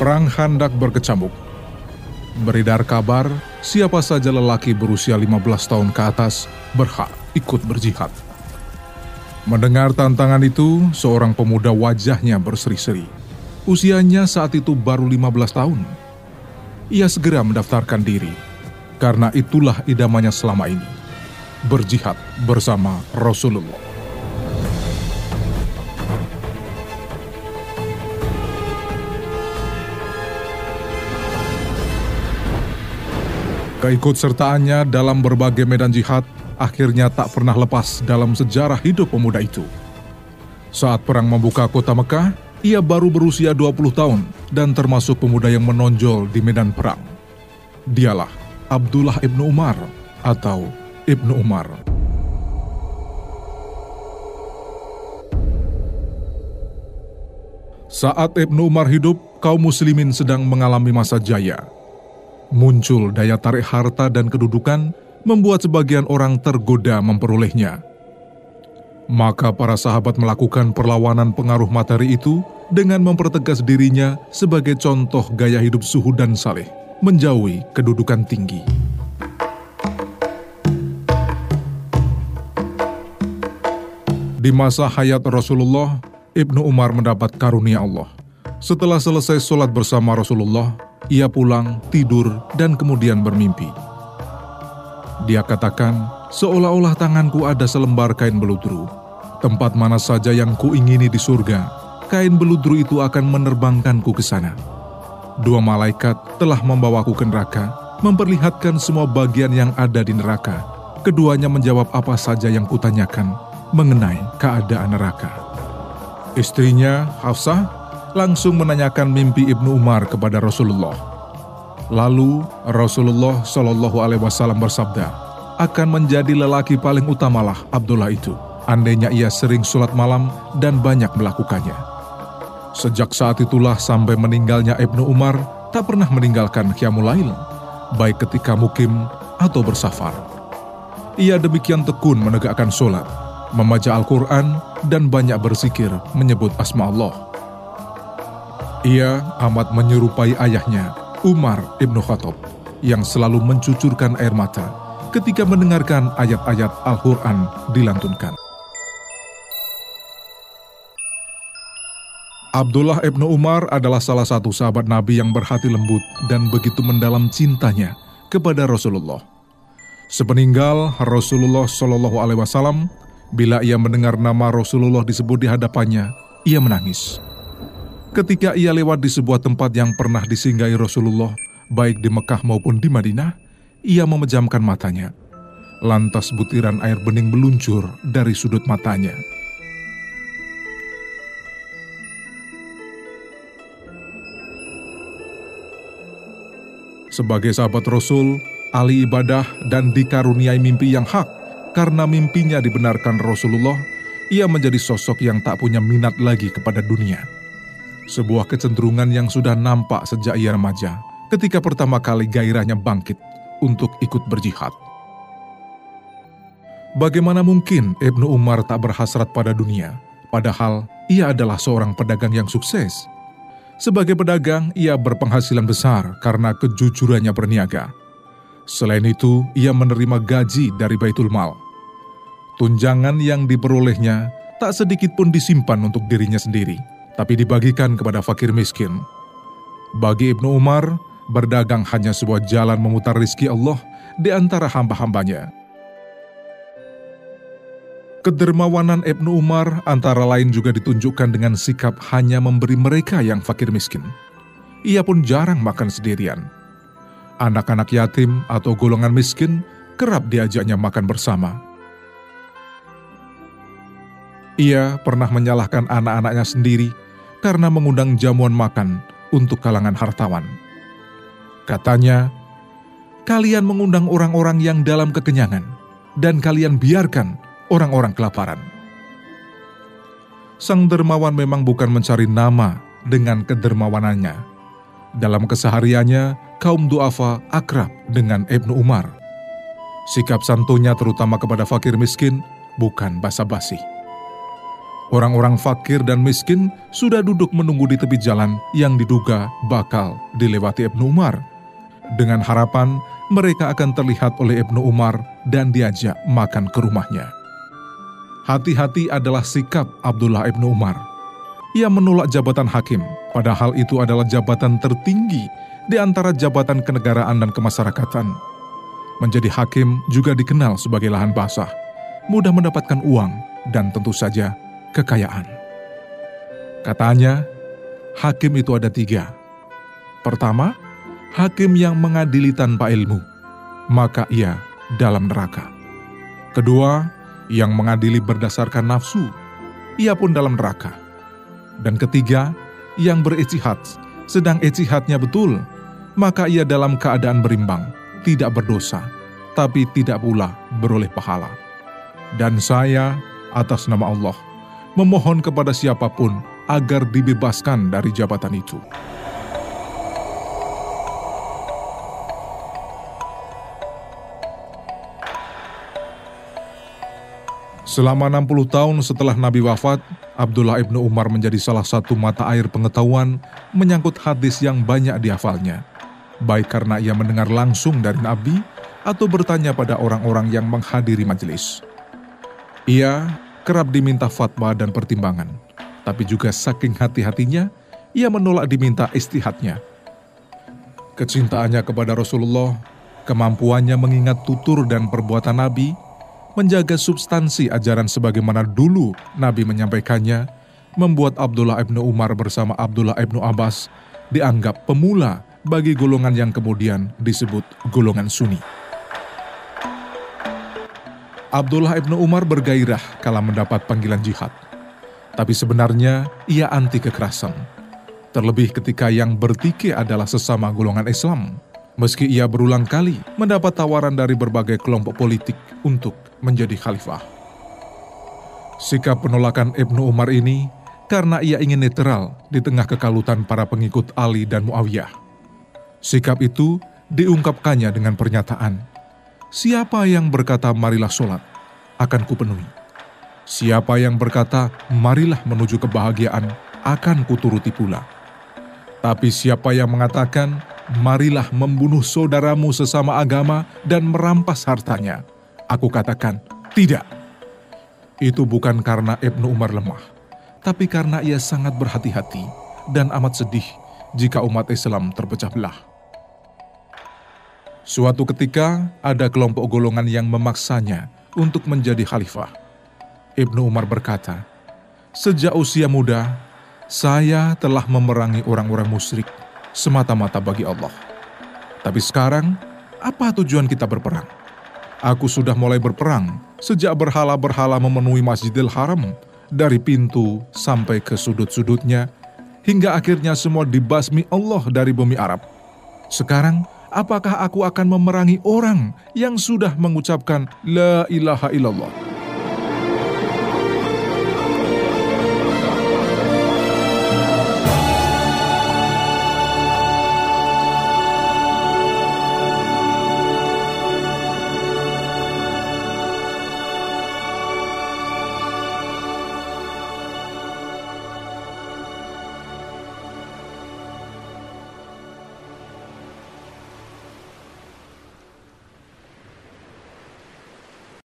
Perang Khandaq berkecamuk. Beredar kabar, siapa saja lelaki berusia 15 tahun ke atas berhak ikut berjihad. Mendengar tantangan itu, seorang pemuda wajahnya berseri-seri. Usianya saat itu baru 15 tahun. Ia segera mendaftarkan diri, karena itulah idamannya selama ini, berjihad bersama Rasulullah. Keikutsertaannya dalam berbagai medan jihad akhirnya tak pernah lepas dalam sejarah hidup pemuda itu. Saat perang membuka kota Mekah, ia baru berusia 20 tahun dan termasuk pemuda yang menonjol di medan perang. Dialah Abdullah ibnu Umar atau Ibnu Umar. Saat Ibnu Umar hidup, kaum muslimin sedang mengalami masa jaya. Muncul daya tarik harta dan kedudukan membuat sebagian orang tergoda memperolehnya. Maka para sahabat melakukan perlawanan pengaruh materi itu dengan mempertegas dirinya sebagai contoh gaya hidup zuhud dan saleh, menjauhi kedudukan tinggi. Di masa hayat Rasulullah, Ibnu Umar mendapat karunia Allah. Setelah selesai sholat bersama Rasulullah, ia pulang, tidur, dan kemudian bermimpi. Dia katakan, seolah-olah tanganku ada selembar kain beludru. Tempat mana saja yang kuingini di surga, kain beludru itu akan menerbangkanku ke sana. Dua malaikat telah membawaku ke neraka, memperlihatkan semua bagian yang ada di neraka. Keduanya menjawab apa saja yang kutanyakan mengenai keadaan neraka. Istrinya, Hafsah, langsung menanyakan mimpi Ibnu Umar kepada Rasulullah. Lalu Rasulullah Shallallahu Alaihi Wasallam bersabda, akan menjadi lelaki paling utamalah Abdullah itu, andainya ia sering sholat malam dan banyak melakukannya. Sejak saat itulah sampai meninggalnya Ibnu Umar tak pernah meninggalkan Qiyamul Lail, baik ketika mukim atau bersafar. Ia demikian tekun menegakkan sholat, membaca Al-Quran, dan banyak berzikir menyebut asma Allah. Ia amat menyerupai ayahnya, Umar ibnu Khattab, yang selalu mencucurkan air mata ketika mendengarkan ayat-ayat Al-Quran dilantunkan. Abdullah ibnu Umar adalah salah satu sahabat Nabi yang berhati lembut dan begitu mendalam cintanya kepada Rasulullah. Sepeninggal Rasulullah Shallallahu Alaihi Wasallam, bila ia mendengar nama Rasulullah disebut di hadapannya, ia menangis. Ketika ia lewat di sebuah tempat yang pernah disinggahi Rasulullah, baik di Mekah maupun di Madinah, ia memejamkan matanya. Lantas butiran air bening meluncur dari sudut matanya. Sebagai sahabat Rasul, ahli ibadah dan dikaruniai mimpi yang hak, karena mimpinya dibenarkan Rasulullah, ia menjadi sosok yang tak punya minat lagi kepada dunia. Sebuah kecenderungan yang sudah nampak sejak ia remaja, ketika pertama kali gairahnya bangkit untuk ikut berjihad. Bagaimana mungkin Ibnu Umar tak berhasrat pada dunia, padahal ia adalah seorang pedagang yang sukses. Sebagai pedagang, ia berpenghasilan besar karena kejujurannya berniaga. Selain itu, ia menerima gaji dari Baitul Mal. Tunjangan yang diperolehnya tak sedikit pun disimpan untuk dirinya sendiri, tapi dibagikan kepada fakir miskin. Bagi Ibnu Umar, berdagang hanya sebuah jalan memutar rizki Allah di antara hamba-hambanya. Kedermawanan Ibnu Umar antara lain juga ditunjukkan dengan sikap hanya memberi mereka yang fakir miskin. Ia pun jarang makan sendirian. Anak-anak yatim atau golongan miskin kerap diajaknya makan bersama. Ia pernah menyalahkan anak-anaknya sendiri karena mengundang jamuan makan untuk kalangan hartawan. Katanya, kalian mengundang orang-orang yang dalam kekenyangan, dan kalian biarkan orang-orang kelaparan. Sang dermawan memang bukan mencari nama dengan kedermawanannya. Dalam kesehariannya, kaum duafa akrab dengan Ibnu Umar. Sikap santunnya terutama kepada fakir miskin bukan basa-basi. Orang-orang fakir dan miskin sudah duduk menunggu di tepi jalan yang diduga bakal dilewati Ibnu Umar. Dengan harapan mereka akan terlihat oleh Ibnu Umar dan diajak makan ke rumahnya. Hati-hati adalah sikap Abdullah Ibnu Umar. Ia menolak jabatan hakim, padahal itu adalah jabatan tertinggi di antara jabatan kenegaraan dan kemasyarakatan. Menjadi hakim juga dikenal sebagai lahan basah, mudah mendapatkan uang dan tentu saja kekayaan. Katanya, hakim itu ada 3. Pertama, hakim yang mengadili tanpa ilmu, maka ia dalam neraka. Kedua, yang mengadili berdasarkan nafsu, ia pun dalam neraka. Dan ketiga, yang berijtihad, sedang ijtihadnya betul, maka ia dalam keadaan berimbang, tidak berdosa, tapi tidak pula beroleh pahala. Dan saya, atas nama Allah, memohon kepada siapapun agar dibebaskan dari jabatan itu. Selama 60 tahun setelah Nabi wafat, Abdullah Ibnu Umar menjadi salah satu mata air pengetahuan menyangkut hadis yang banyak dihafalnya, baik karena ia mendengar langsung dari Nabi atau bertanya pada orang-orang yang menghadiri majelis. Ia kerap diminta fatwa dan pertimbangan, tapi juga saking hati-hatinya, ia menolak diminta istihadnya. Kecintaannya kepada Rasulullah, kemampuannya mengingat tutur dan perbuatan Nabi, menjaga substansi ajaran sebagaimana dulu Nabi menyampaikannya, membuat Abdullah Ibnu Umar bersama Abdullah Ibnu Abbas dianggap pemula bagi golongan yang kemudian disebut golongan Sunni. Abdullah Ibnu Umar bergairah kala mendapat panggilan jihad. Tapi sebenarnya ia anti kekerasan. Terlebih ketika yang bertikai adalah sesama golongan Islam. Meski ia berulang kali mendapat tawaran dari berbagai kelompok politik untuk menjadi khalifah. Sikap penolakan Ibnu Umar ini karena ia ingin netral di tengah kekalutan para pengikut Ali dan Muawiyah. Sikap itu diungkapkannya dengan pernyataan, "Siapa yang berkata marilah sholat, akan kupenuhi. Siapa yang berkata marilah menuju kebahagiaan, akan kuturuti pula. Tapi siapa yang mengatakan marilah membunuh saudaramu sesama agama dan merampas hartanya, aku katakan tidak." Itu bukan karena Ibnu Umar lemah, tapi karena ia sangat berhati-hati dan amat sedih jika umat Islam terpecah belah. Suatu ketika, ada kelompok golongan yang memaksanya untuk menjadi khalifah. Ibnu Umar berkata, "Sejak usia muda, saya telah memerangi orang-orang musyrik semata-mata bagi Allah. Tapi sekarang, apa tujuan kita berperang? Aku sudah mulai berperang sejak berhala-berhala memenuhi Masjidil Haram, dari pintu sampai ke sudut-sudutnya, hingga akhirnya semua dibasmi Allah dari bumi Arab. Sekarang, apakah aku akan memerangi orang yang sudah mengucapkan La ilaha illallah